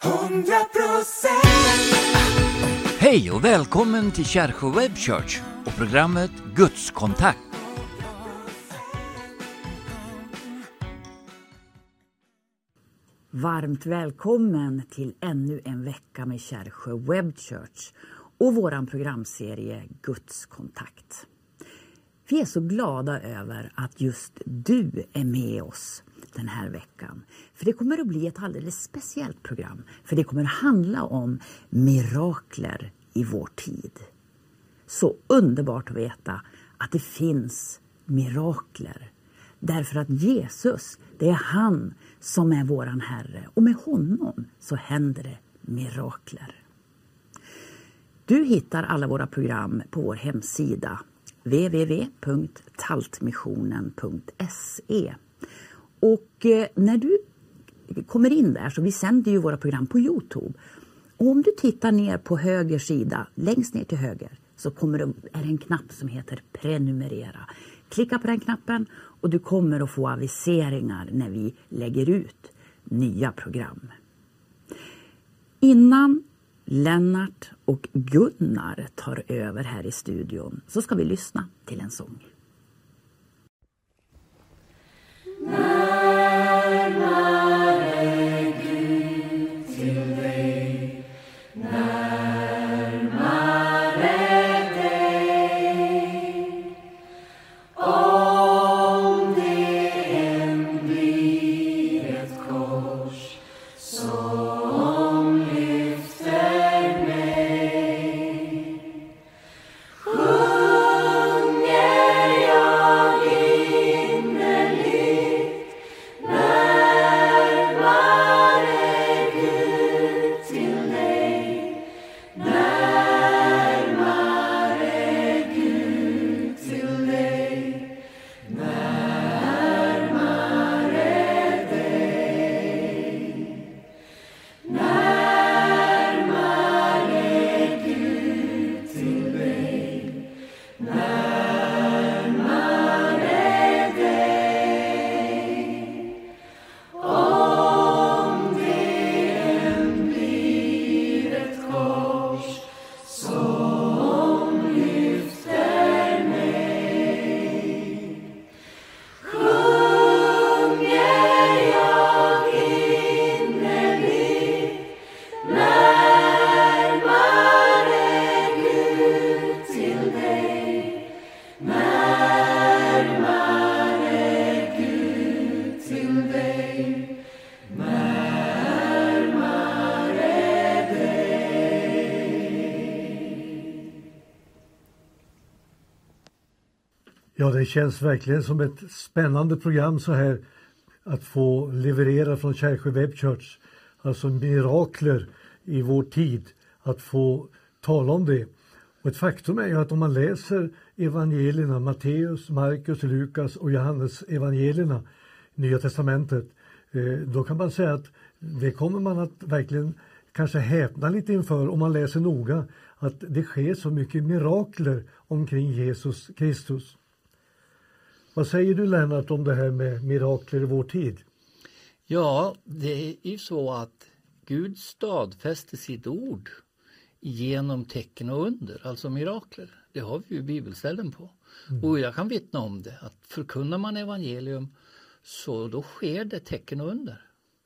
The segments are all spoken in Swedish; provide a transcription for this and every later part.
Hej och välkommen till Kärsjö Web Church och programmet Guds kontakt. Varmt välkommen till ännu en vecka med Kärsjö Web Church och våran programserie Guds kontakt. Vi är så glada över att just du är med oss den här veckan. För det kommer att bli ett alldeles speciellt program. För det kommer att handla om mirakler i vår tid. Så underbart att veta att det finns mirakler. Därför att Jesus, det är han som är våran Herre. Och med honom så händer det mirakler. Du hittar alla våra program på vår hemsida www.taltmissionen.se. Och när du kommer in där, så vi sänder ju våra program på YouTube. Och om du tittar ner på höger sida, längst ner till höger, så är det en knapp som heter prenumerera. Klicka på den knappen och du kommer att få aviseringar när vi lägger ut nya program. Innan Lennart och Gunnar tar över här i studion så ska vi lyssna till en sång. Närmare Gud till dig, närmare dig. Om det än blir ett kors som lyfter mig, sjunger jag innerligt närmare Gud till dig, närmare Gud till dig, närmare dig, närmare Gud till dig, närmare dig. Om det än blir ett kors som lyfter mig, sjunger jag innerligt närmare Gud till dig, närmare Gud till dig, närmare dig. Ja, det känns verkligen som ett spännande program så här att få leverera från Kärsjö Web Church. Alltså mirakler i vår tid, att få tala om det. Och ett faktum är ju att om man läser evangelierna, Matteus, Markus, Lukas och Johannes evangelierna, Nya testamentet, då kan man säga att det kommer man att verkligen kanske häpna lite inför om man läser noga, att det sker så mycket mirakler omkring Jesus Kristus. Vad säger du, Lennart, om det här med mirakler i vår tid? Ja, det är ju så att Gud stadfäster sitt ord genom tecken och under, alltså mirakler. Det har vi ju bibelställen på. Och jag kan vittna om det, att förkunnar man evangelium så då sker det tecken och under.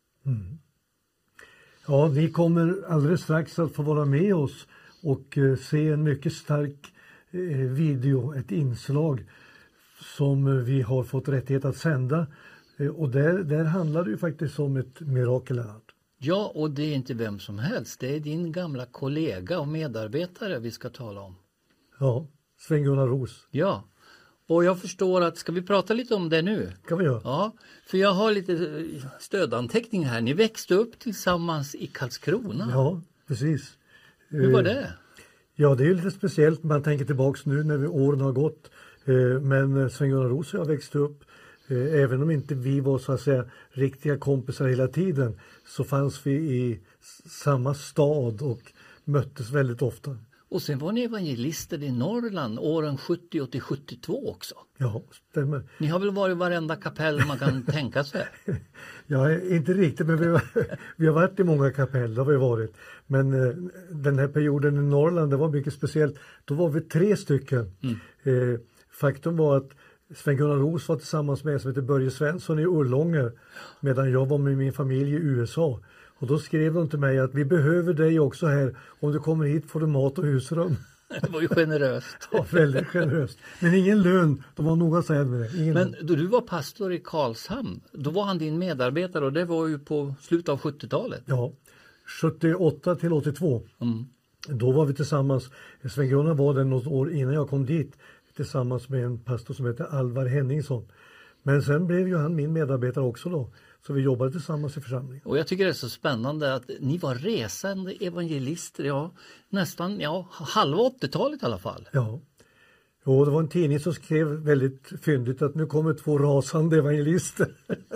Ja, vi kommer alldeles strax att få vara med oss och se en mycket stark video, ett inslag som vi har fått rättighet att sända. Och där handlar det ju faktiskt om ett mirakel. Ja, och det är inte vem som helst. Det är din gamla kollega och medarbetare vi ska tala om. Ja, Sven-Gunnar Ros. Ja, och jag förstår att, ska vi prata lite om det nu? Kan vi göra? Ja, för jag har lite stödanteckning här. Ni växte upp tillsammans i Karlskrona. Ja, precis. Hur var det? Ja, det är lite speciellt. Man tänker tillbaks nu när åren har gått. Men Sven-Gunnar Ros och jag växte upp. Även om inte vi var så att säga riktiga kompisar hela tiden, så fanns vi i samma stad och möttes väldigt ofta. Och sen var ni evangelister i Norrland åren 70 till 72 också. Ja, stämmer. Ni har väl varit i varenda kapell man kan tänka sig? Ja, inte riktigt, men vi har varit i många kapell, det har vi varit. Men den här perioden i Norrland, det var mycket speciellt. Då var vi 3 stycken. Faktum var att Sven-Gunnar Ros var tillsammans med en som heter Börje Svensson i Ullånger, medan jag var med min familj i USA. Och då skrev de till mig att vi behöver dig också här. Om du kommer hit får du mat och husrum. Det var ju generöst. Ja, väldigt generöst. Men ingen lön. De var noga säga med det. Men då du var pastor i Karlshamn, då var han din medarbetare och det var ju på slutet av 70-talet. Ja, 78 till 82. Då var vi tillsammans. Sven-Gunnar var den något år innan jag kom dit tillsammans med en pastor som heter Alvar Henningsson. Men sen blev ju han min medarbetare också då. Så vi jobbade tillsammans i församlingen. Och jag tycker det är så spännande att ni var resande evangelister, nästan halva 80-talet i alla fall. Ja. Och det var en tidning som skrev väldigt fyndigt att nu kommer 2 rasande evangelister.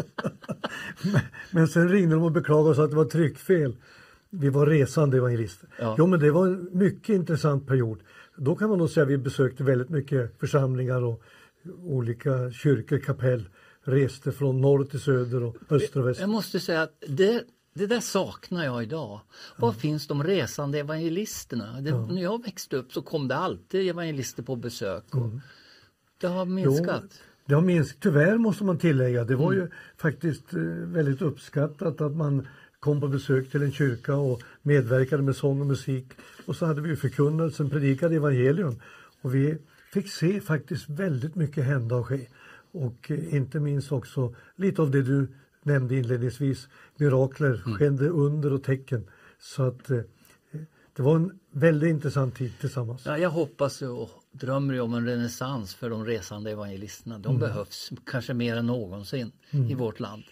men sen ringde de och beklagade och sa att det var tryckfel. Vi var resande evangelister. Ja. Jo, men det var en mycket intressant period. Då kan man nog säga att vi besökte väldigt mycket församlingar och olika kyrkor, kapell. Reste från norr till söder och öster och väst. Jag måste säga att det där saknar jag idag. Var finns de resande evangelisterna? När jag växte upp så kom det alltid evangelister på besök. Det har minskat. Jo, det har minskat. Tyvärr måste man tillägga. Det var ju faktiskt väldigt uppskattat att man kom på besök till en kyrka och medverkade med sång och musik. Och så hade vi förkunnelsen, predikade evangelium. Och vi fick se faktiskt väldigt mycket hända och ske. Och inte minst också lite av det du nämnde inledningsvis, mirakler, skedde under och tecken. Så att det var en väldigt intressant tid tillsammans. Ja, jag hoppas och drömmer om en renässans för de resande evangelisterna. De behövs kanske mer än någonsin i vårt land.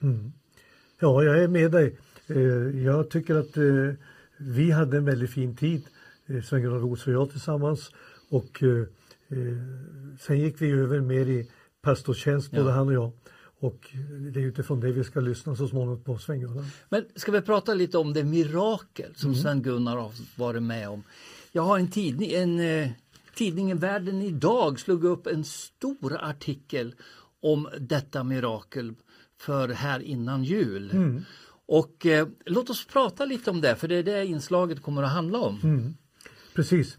Ja, jag är med dig. Jag tycker att vi hade en väldigt fin tid, Sven-Gunnar Ros och jag tillsammans. Och sen gick vi över mer i pastortjänst, både han och jag. Och det är utifrån det vi ska lyssna så småningom på Sven-Gunnar. Men ska vi prata lite om det mirakel som Sven-Gunnar har varit med om? Jag har tidningen Världen idag slog upp en stor artikel om detta mirakel för här innan jul. Och låt oss prata lite om det, för det är det inslaget kommer att handla om. Precis.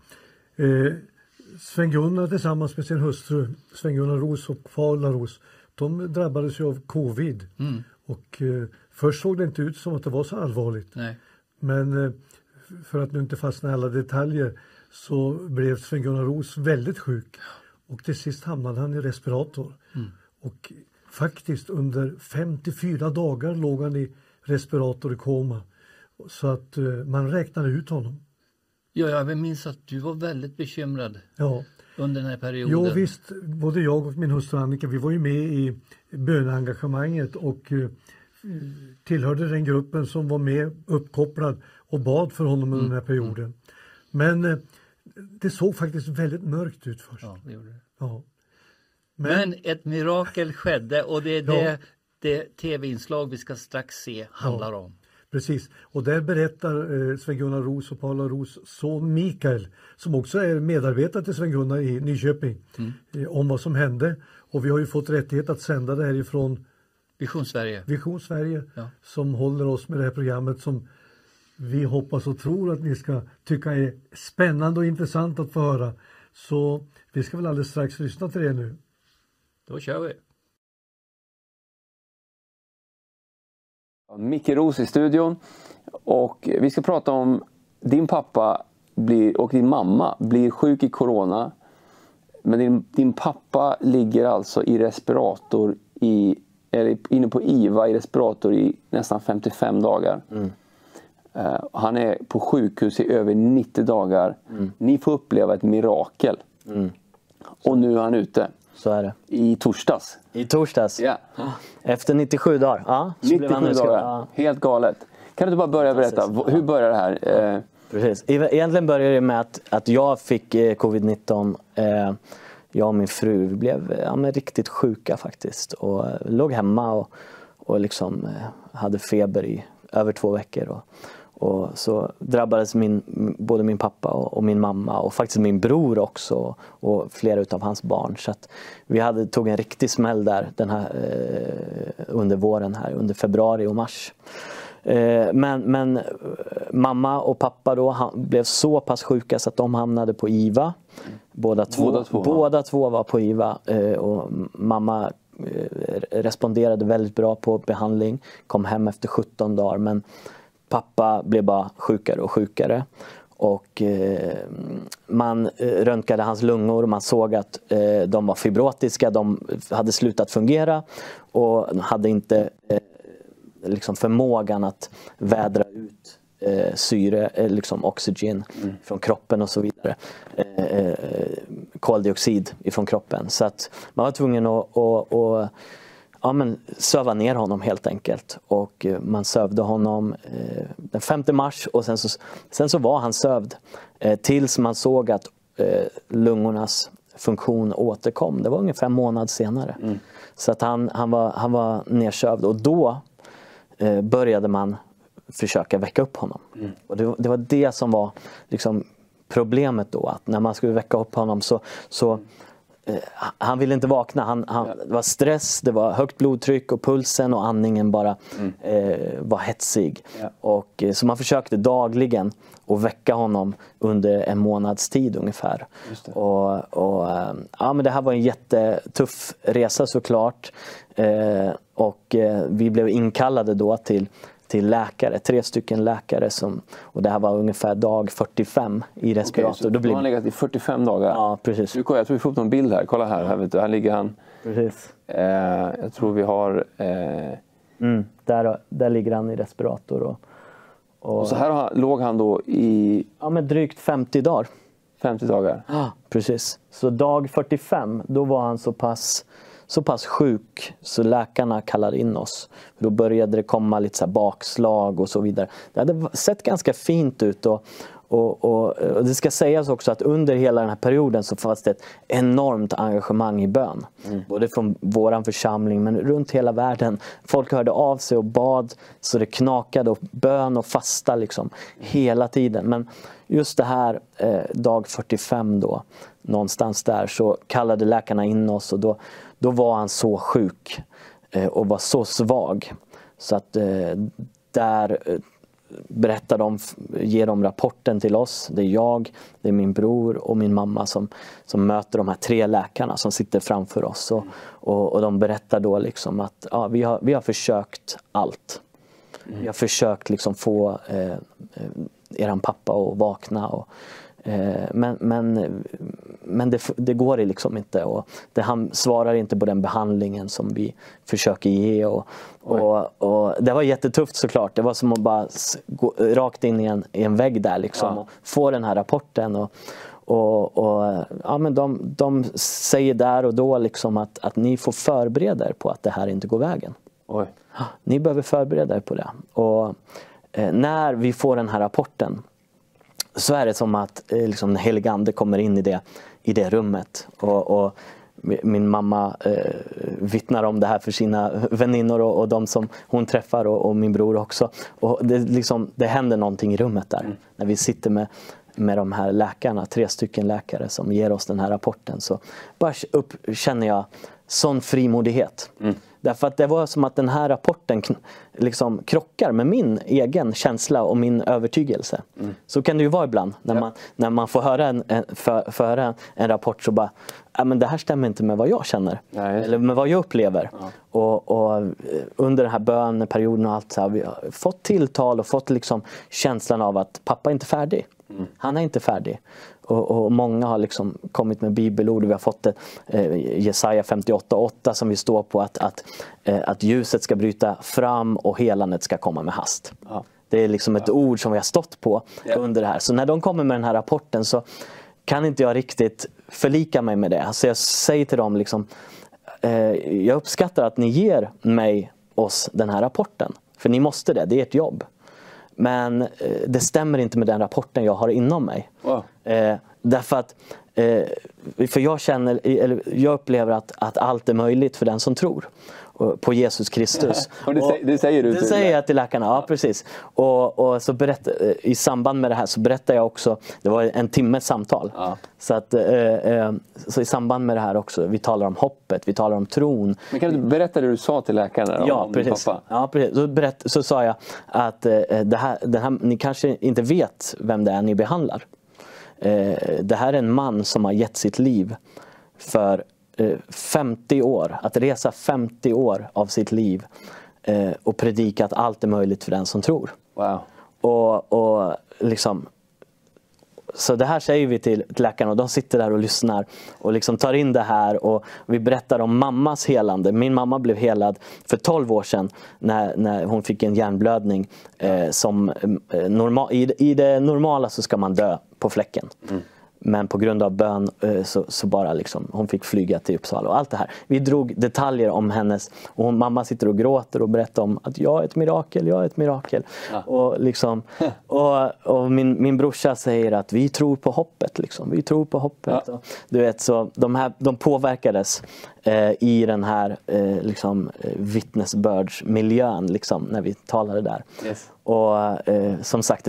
Sven-Gunnar tillsammans med sin hustru Sven-Gunnar Ros och Paula Ros, de drabbades ju av covid. Och först såg det inte ut som att det var så allvarligt. Nej. Men för att nu inte fastna i alla detaljer så blev Sven-Gunnar Ros väldigt sjuk. Och till sist hamnade han i respirator. Och faktiskt under 54 dagar låg han i respirator i koma. Så att man räknade ut honom. Ja, jag minns att du var väldigt bekymrad under den här perioden. Jo visst, både jag och min hustru Annika, vi var ju med i böneengagemanget och tillhörde den gruppen som var med uppkopplad och bad för honom under den här perioden. Men det såg faktiskt väldigt mörkt ut först. Ja, det gjorde det. Ja. Men ett mirakel skedde och det är det tv-inslag vi ska strax se handlar om. Precis, och där berättar Sven-Gunnar Ros och Paula Ros son Mikael, som också är medarbetare till Sven-Gunnar i Nyköping, om vad som hände. Och vi har ju fått rättighet att sända det här ifrån Vision Sverige som håller oss med det här programmet som vi hoppas och tror att ni ska tycka är spännande och intressant att få höra. Så vi ska väl alldeles strax lyssna till det nu. Då kör vi. Micke Ros i studion och vi ska prata om din pappa och din mamma blir sjuk i corona. Men din pappa ligger alltså i respirator eller inne på IVA i respirator i nästan 55 dagar. Han är på sjukhus i över 90 dagar. Ni får uppleva ett mirakel. Och nu är han ute. Så är det. I torsdags. Ja. Efter 97 dagar. Ja, 97 dagar. Helt galet. Kan du bara börja berätta, hur börjar det här? Precis. Egentligen började det med att jag fick covid-19. Jag och min fru blev riktigt sjuka faktiskt. Och låg hemma och liksom hade feber i över 2 veckor. Och så drabbades både min pappa och min mamma och faktiskt min bror också och flera utav hans barn. Så att vi tog en riktig smäll där under våren här, under februari och mars. Men mamma och pappa då blev så pass sjuka så att de hamnade på IVA. Båda två var på IVA och mamma responderade väldigt bra på behandling. Kom hem efter 17 dagar men pappa blev bara sjukare och sjukare. Och man röntgade hans lungor och man såg att de var fibrotiska. De hade slutat fungera och hade inte liksom förmågan att vädra ut syre, liksom oxygen från kroppen och så vidare. Koldioxid ifrån kroppen. Så att man var tvungen att söva ner honom helt enkelt. Och man sövde honom den 5 mars och sen så var han sövd tills man såg att lungornas funktion återkom. Det var ungefär en månad senare. Så att han var nersövd och då började man försöka väcka upp honom. Och det var det som var liksom problemet då, att när man skulle väcka upp honom så han ville inte vakna. Det var stress, det var högt blodtryck och pulsen och andningen bara var hetsig. Och så man försökte dagligen att väcka honom under en månads tid ungefär. Men det här var en jättetuff resa såklart. Och vi blev inkallade då till läkare, 3 stycken läkare och det här var ungefär dag 45 i respirator. Då har han legat i 45 dagar? Ja, precis. Jag tror vi får upp någon bild här. Kolla här vet du. Här ligger han. Precis. Jag tror vi har... Där ligger han i respirator. Och så här låg han då i... Ja, med drygt 50 dagar. 50 dagar? Ja, precis. Så dag 45, då var han så pass sjuk så läkarna kallade in oss. Då började det komma lite så här bakslag och så vidare. Det hade sett ganska fint ut och det ska sägas också att under hela den här perioden så fanns det ett enormt engagemang i bön. Både från våran församling men runt hela världen. Folk hörde av sig och bad så det knakade och bön och fasta liksom hela tiden. Men just det här dag 45 då, någonstans där så kallade läkarna in oss och då var han så sjuk och var så svag så att där berättar ger de rapporten till oss. Det är det är min bror och min mamma som möter de här 3 läkarna som sitter framför oss och de berättar då liksom att vi har försökt allt. Vi har försökt liksom få eran pappa att vakna men det går det liksom inte och han svarar inte på den behandlingen som vi försöker ge och det var jättetufft såklart. Det var som att bara gå rakt in i en vägg där liksom och få den här rapporten men de säger där och då liksom att ni får förbereda er på att det här inte går vägen. Oj. Ni behöver förbereda er på det och när vi får den här rapporten så är det som att liksom, den helige ande kommer in i det rummet och min mamma vittnar om det här för sina väninnor och de som hon träffar och min bror också och det händer någonting i rummet där när vi sitter med de här läkarna, 3 stycken läkare som ger oss den här rapporten så bara känner jag sån frimodighet. Därför att det var som att den här rapporten liksom krockar med min egen känsla och min övertygelse. Så kan det ju vara ibland när man får höra en rapport så bara men det här stämmer inte med vad jag känner. Nej. Eller med vad jag upplever. Och under den här böneperioden och allt så här, vi har fått tilltal och fått liksom känslan av att pappa är inte färdig. Han är inte färdig. Och många har liksom kommit med bibelord. Vi har fått Jesaja 58:8 som vi står på att ljuset ska bryta fram och helandet ska komma med hast. Det är liksom ett ord som vi har stått på under det här. Så när de kommer med den här rapporten så kan inte jag riktigt förlika mig med det. Alltså jag säger till dem liksom, jag uppskattar att ni ger oss den här rapporten. För ni måste det är ert jobb. Men det stämmer inte med den rapporten jag har inom mig. Wow. Därför att för jag upplever att allt är möjligt för den som tror på Jesus Kristus. Och det säger du? Det säger jag till läkarna, ja precis. Och så i samband med det här så berättar jag också, det var en timmes samtal. Ja. Så i samband med det här också, vi talar om hoppet, vi talar om tron. Men kan du berätta det du sa till läkarna om din pappa? Ja, precis. Så sa jag att det här, ni kanske inte vet vem det är ni behandlar. Det här är en man som har gett sitt liv för 50 år, att resa 50 år av sitt liv och predika att allt är möjligt för den som tror. Wow. Och liksom, så det här säger vi till läkarna och de sitter där och lyssnar och liksom tar in det här, och vi berättar om mammas helande. Min mamma blev helad för 12 år sedan när hon fick en hjärnblödning i det normala så ska man dö på fläcken. Men på grund av bön så bara liksom, hon fick flyga till Uppsala och allt det här. Vi drog detaljer om hennes, och mamma sitter och gråter och berättar om att jag är ett mirakel. Ja. Och liksom, och min brorsa säger att vi tror på hoppet liksom. Vi tror på hoppet. Ja. Och, du vet, så de påverkades i den här liksom vittnesbördsmiljön liksom, när vi talade där. Yes. Och som sagt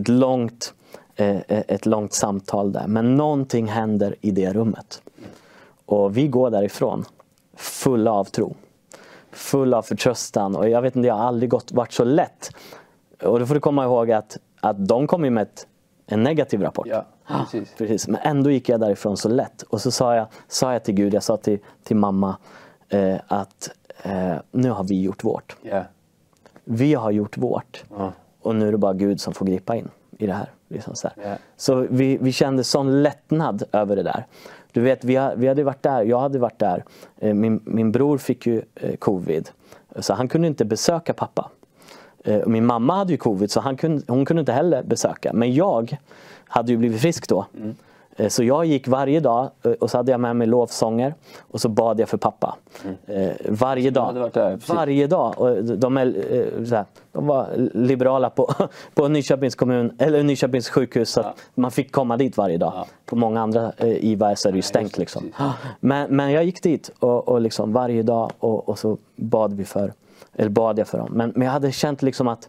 ett långt samtal där. Men någonting händer i det rummet. Och vi går därifrån fulla av tro. Full av förtröstan. Och jag vet inte, jag har aldrig varit så lätt. Och då får du komma ihåg att de kom ju med en negativ rapport. Ja, precis. Men ändå gick jag därifrån så lätt. Och så sa jag till Gud, jag sa till mamma att nu har vi gjort vårt. Yeah. Vi har gjort vårt. Och nu är det bara Gud som får gripa in i det här. Liksom så här. Yeah. Så vi kände sån lättnad över det där. Du vet, vi hade varit där, jag hade varit där. Min bror fick ju covid. Så han kunde inte besöka pappa. Min mamma hade ju covid, så hon kunde inte heller besöka. Men jag hade ju blivit frisk då. Så jag gick varje dag och så hade jag med mig lovsånger och så bad jag för pappa. Varje dag. Varje dag. Och de var liberala på Nyköpings kommun eller Nyköpings sjukhus, så att man fick komma dit varje dag. Ja. På många andra IVA så är det ju stängt liksom. Men jag gick dit och liksom varje dag och så bad jag för dem. Men jag hade känt liksom att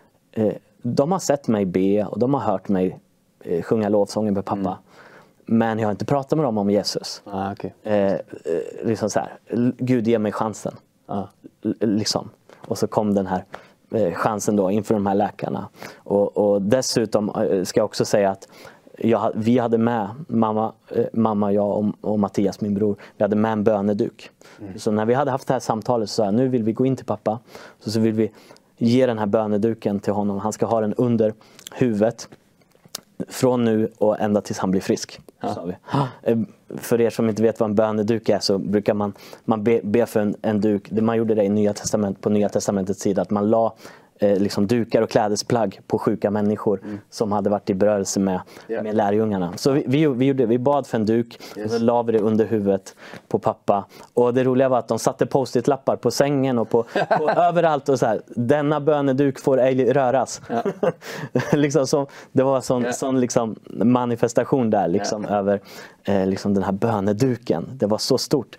de har sett mig be och de har hört mig sjunga lovsången med pappa. Men jag har inte pratat med dem om Jesus. Okay. Liksom så här, Gud ger mig chansen. Liksom. Och så kom den här chansen då inför de här läkarna. Och dessutom ska jag också säga att vi hade med mamma, jag och Mattias, min bror. Vi hade med en böneduk. Så när vi hade haft det här samtalet så sa jag, nu vill vi gå in till pappa. Så vill vi ge den här böneduken till honom. Han ska ha den under huvudet. Från nu och ända tills han blir frisk. Sa vi. För er som inte vet vad en böneduk är, så brukar man be för en duk. Man gjorde det på Nya testamentets sida, att man la liksom dukar och klädesplagg på sjuka människor som hade varit i berörelse med lärjungarna. Så vi bad för en duk och så la vi det under huvudet på pappa. Och det roliga var att de satte post-it-lappar på sängen och på överallt och så här, denna böneduk får ej röras. Ja. Liksom det var sån liksom manifestation där liksom över liksom den här böneduken. Det var så stort.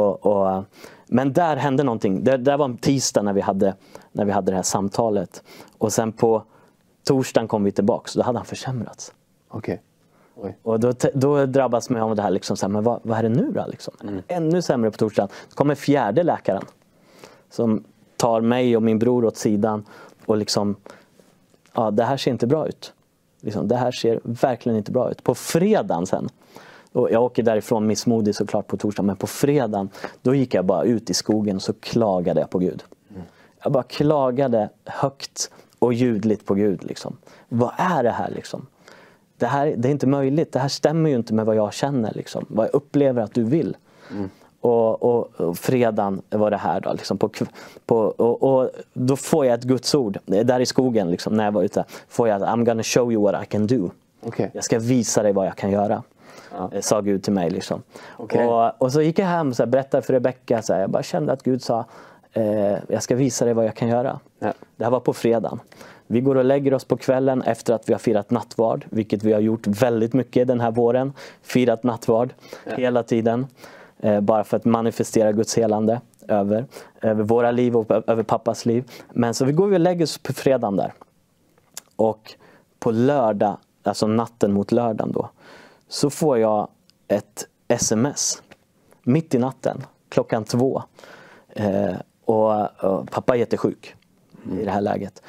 Men där hände någonting. Där var en tisdag när vi hade det här samtalet. Och sen på torsdagen kom vi tillbaka. Så då hade han försämrats. Okej. Okay. Och då drabbas man av det här liksom så här, men vad är det nu då liksom? Ännu sämre på torsdagen. Så kommer 4:e läkaren som tar mig och min bror åt sidan och liksom, ja, det här ser inte bra ut. Liksom, det här ser verkligen inte bra ut. På fredagen sen, och jag åker därifrån missmodig såklart på torsdagen, men på fredagen då gick jag bara ut i skogen och så klagade jag på Gud. Jag bara klagade högt och ljudligt på Gud liksom. Vad är det här liksom? Det är inte möjligt. Det här stämmer ju inte med vad jag känner liksom. Vad jag upplever att du vill. Och fredagen var det här då liksom och då får jag ett Guds ord där i skogen liksom, när jag var ute. Får jag I'm gonna show you what I can do. Okay. Jag ska visa dig vad jag kan göra. Sa Gud till mig liksom. Okay. Och så gick jag hem och berättade för Rebecca så här, jag bara kände att Gud sa jag ska visa dig vad jag kan göra. Ja. Det här var på fredagen. Vi går och lägger oss på kvällen efter att vi har firat nattvard, vilket vi har gjort väldigt mycket den här våren. Firat nattvard hela tiden, bara för att manifestera Guds helande över våra liv och över pappas liv. Men så vi går och lägger oss på fredagen där. Och på lördag, alltså natten mot lördagen då, så får jag ett sms mitt i natten, 2:00. Och pappa är jättesjuk i det här läget.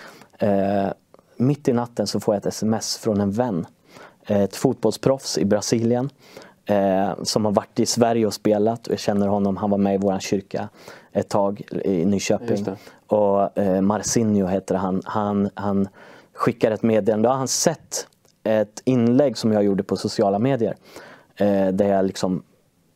Mitt i natten så får jag ett sms från en vän. Ett fotbollsproffs i Brasilien. Som har varit i Sverige och spelat. Och jag känner honom, han var med i vår kyrka ett tag i Nyköping. Och Marcinho heter han. Han skickar ett meddelande. Då har han sett ett inlägg som jag gjorde på sociala medier. Där jag liksom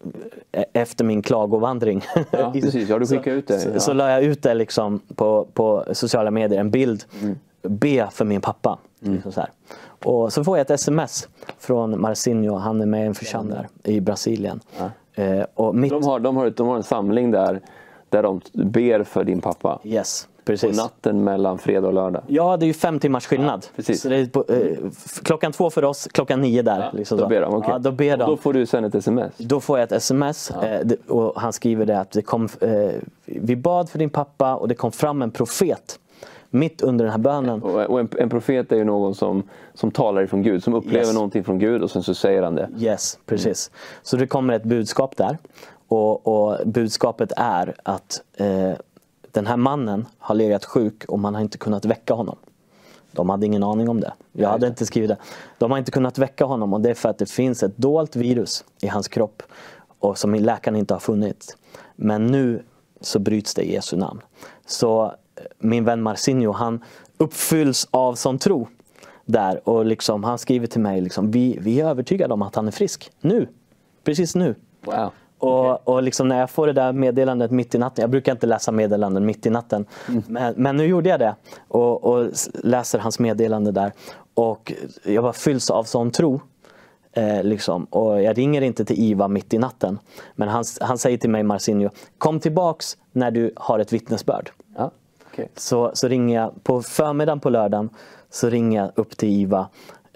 efter min klagovandring precis. Ja, du skickade ut det. Så la jag ut det liksom på sociala medier, en bild. Be för min pappa. Liksom så här. Och så får jag ett sms från Marcinho. Han är med i en församling där i Brasilien. Och de har en samling där de ber för din pappa. Yes, precis. På natten mellan fredag och lördag. Ja, det är ju 5 timmars skillnad. Ja, precis. Så det är 2:00 för oss, 9:00 där. Liksom då ber de, okay. Ja, då ber de. Och då får du sen ett sms. Då får jag ett sms och han skriver det att vi bad för din pappa och det kom fram en profet mitt under den här bönen. Och en profet är ju någon som talar ifrån Gud, som upplever någonting från Gud och sen så säger han det. Yes, precis. Så det kommer ett budskap där. Och budskapet är att den här mannen har legat sjuk och man har inte kunnat väcka honom. De hade ingen aning om det. Jag hade inte skrivit det. De har inte kunnat väcka honom och det är för att det finns ett dolt virus i hans kropp och som läkaren inte har funnit. Men nu så bryts det i Jesu namn. Så min vän Marcinho, han uppfylls av sån tro där och liksom, han skriver till mig liksom, vi är övertygade om att han är frisk nu, precis nu. Wow. Och liksom när jag får det där meddelandet mitt i natten, jag brukar inte läsa meddelanden mitt i natten, men nu gjorde jag det och läser hans meddelande där och jag var fylls av sån tro. Liksom. Och jag ringer inte till Iva mitt i natten, men han säger till mig, Marcinho, kom tillbaks när du har ett vittnesbörd. Ja. Okay. Så ringer jag på förmiddagen på lördagen, så ringer jag upp till Iva,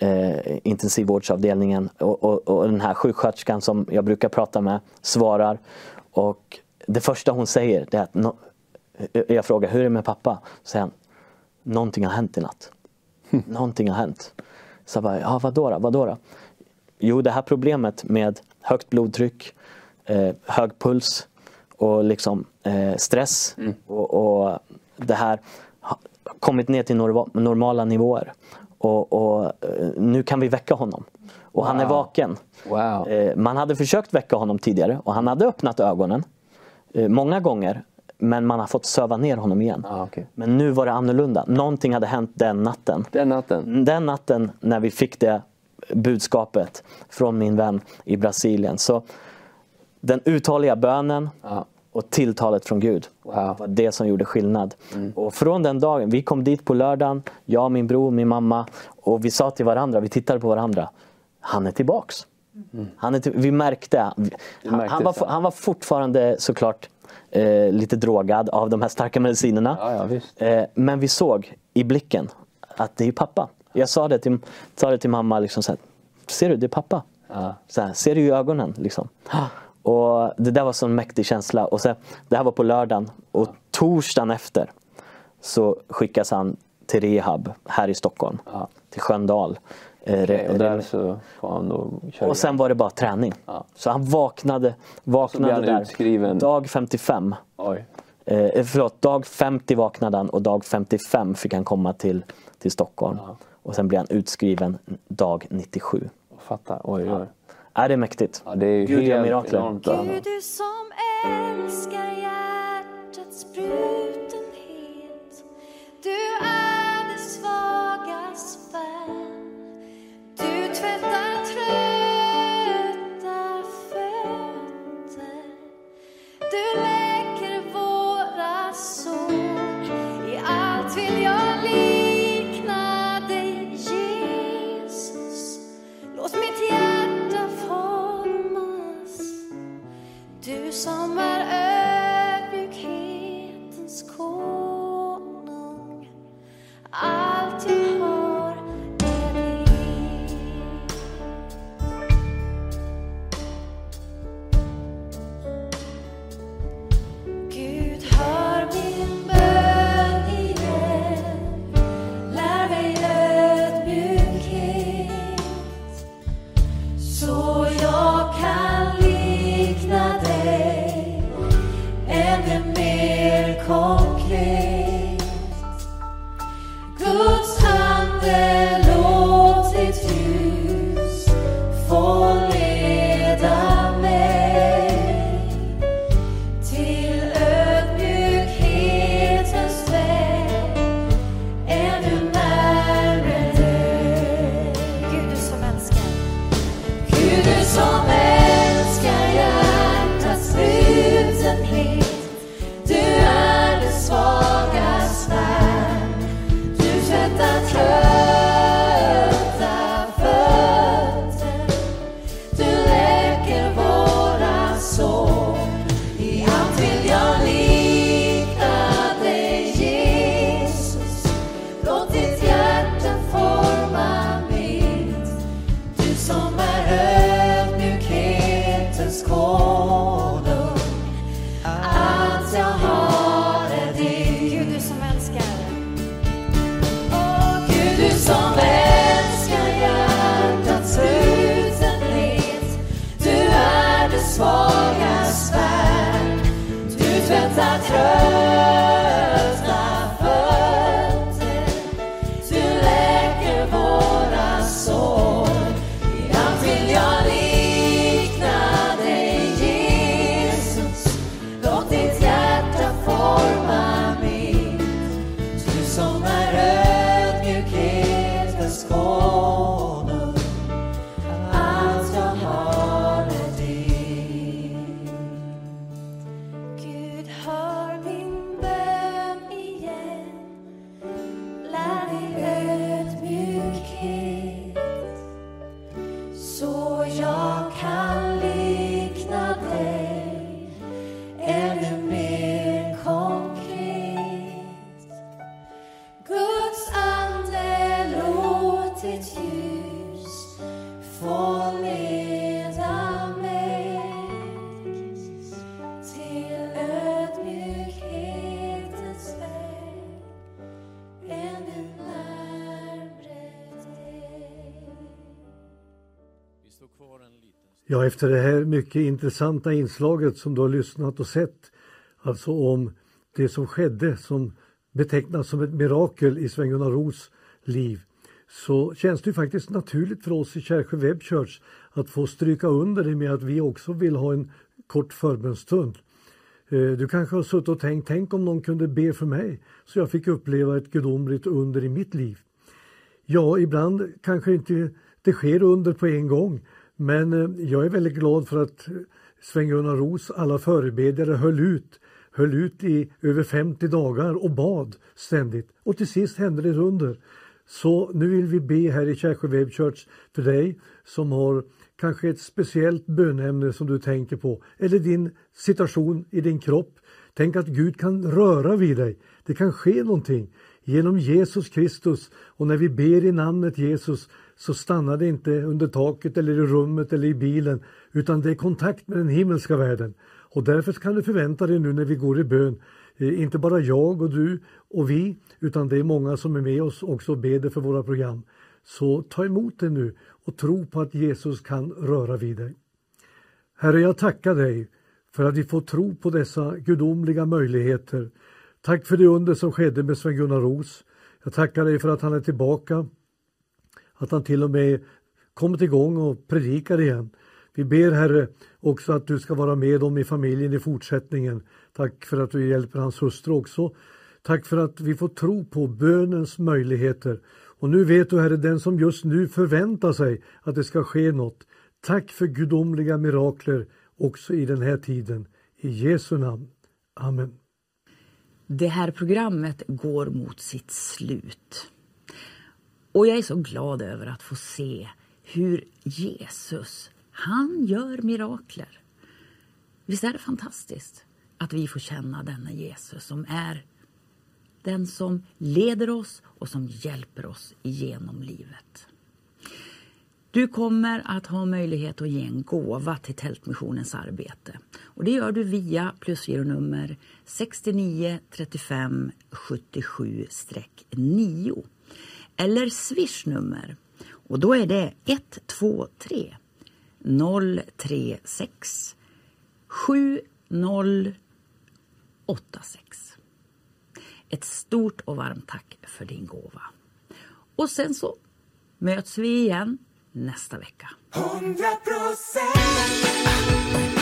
intensivvårdsavdelningen och den här sjuksköterskan som jag brukar prata med svarar, och det första hon säger är att jag frågar, hur är det med pappa? Så säger han, någonting har hänt i natt. Någonting har hänt. Så jag bara, ja, vadå då? Jo, det här problemet med högt blodtryck, hög puls och liksom stress och det här har kommit ner till normala nivåer. Och nu kan vi väcka honom. Och han är vaken. Wow. Man hade försökt väcka honom tidigare och han hade öppnat ögonen många gånger. Men man har fått söva ner honom igen. Okay. Men nu var det annorlunda. Någonting hade hänt den natten. Den natten när vi fick det budskapet från min vän i Brasilien. Så den uthålliga bönen och tilltalet från Gud var det som gjorde skillnad. Och från den dagen, vi kom dit på lördagen, jag, min bror, min mamma, och vi sa till varandra, vi tittade på varandra, han är tillbaks. Vi märkte, han var fortfarande såklart lite drogad av de här starka medicinerna. Ja, visst. Men vi såg i blicken att det är pappa. Jag sa det till mamma liksom så här, ser du, det är pappa. Så här, ser du i ögonen liksom. Och det där var så en mäktig känsla. Och så, det här var på lördagen. Och torsdagen efter så skickas han till rehab här i Stockholm. Till Sköndal. Och där så får han då köra. Och sen var det bara träning. Så han vaknade där. Utskriven. Dag 55. Dag 50 vaknade han och dag 55 fick han komma till Stockholm. Och sen blev han utskriven dag 97. Fattar. Oj. Är det mäktigt? Ja, det är Gud gör helt mirakler. enormt. Gud, du som älskar hjärtats brutenhet. Du är det svagas vän. Du tvättar trötta fötter. Du läker våra sår. I allt vill jag likna dig, Jesus. Låt mitt hjärta formas. Du som är ödmjukhetens få leda mig till ödmjukhetens väg ännu närmare dig. Ja, efter det här mycket intressanta inslaget som du har lyssnat och sett, alltså om det som skedde som betecknas som ett mirakel i Sven-Gunnar Roos liv, så känns det ju faktiskt naturligt för oss i Kärsjö Web Church att få stryka under det med att vi också vill ha en kort förbönstund. Du kanske har suttit och tänk om någon kunde be för mig så jag fick uppleva ett gudomligt under i mitt liv. Ja, ibland kanske inte det sker under på en gång, men jag är väldigt glad för att Sven-Gunnar Roos alla förebedjare höll ut i över 50 dagar och bad ständigt. Och till sist hände det under. Så nu vill vi be här i Kärsjö Web Church för dig som har kanske ett speciellt bönämne som du tänker på. Eller din situation i din kropp. Tänk att Gud kan röra vid dig. Det kan ske någonting genom Jesus Kristus. Och när vi ber i namnet Jesus så stannar det inte under taket eller i rummet eller i bilen. Utan det är kontakt med den himmelska världen. Och därför kan du förvänta dig nu när vi går i bön. Inte bara jag och du och vi, utan det är många som är med oss också och beder för våra program. Så ta emot det nu och tro på att Jesus kan röra vid dig. Herre, jag tackar dig för att vi får tro på dessa gudomliga möjligheter. Tack för det under som skedde med Sven-Gunnar Roos. Jag tackar dig för att han är tillbaka. Att han till och med kommit igång och predikar igen. Vi ber, Herre, också att du ska vara med dem i familjen i fortsättningen. Tack för att du hjälper hans hustru också. Tack för att vi får tro på bönens möjligheter. Och nu vet du, Herre, den som just nu förväntar sig att det ska ske något. Tack för gudomliga mirakler också i den här tiden. I Jesu namn. Amen. Det här programmet går mot sitt slut. Och jag är så glad över att få se hur Jesus, han gör mirakler. Visst är det fantastiskt att vi får känna denna Jesus som är den som leder oss och som hjälper oss igenom livet. Du kommer att ha möjlighet att ge en gåva till Tältmissionens arbete. Och det gör du via plusgironummer 69 35 77-9 eller swishnummer. Och då är det 123 036 7086. Ett stort och varmt tack för din gåva. Och sen så möts vi igen nästa vecka. 100%.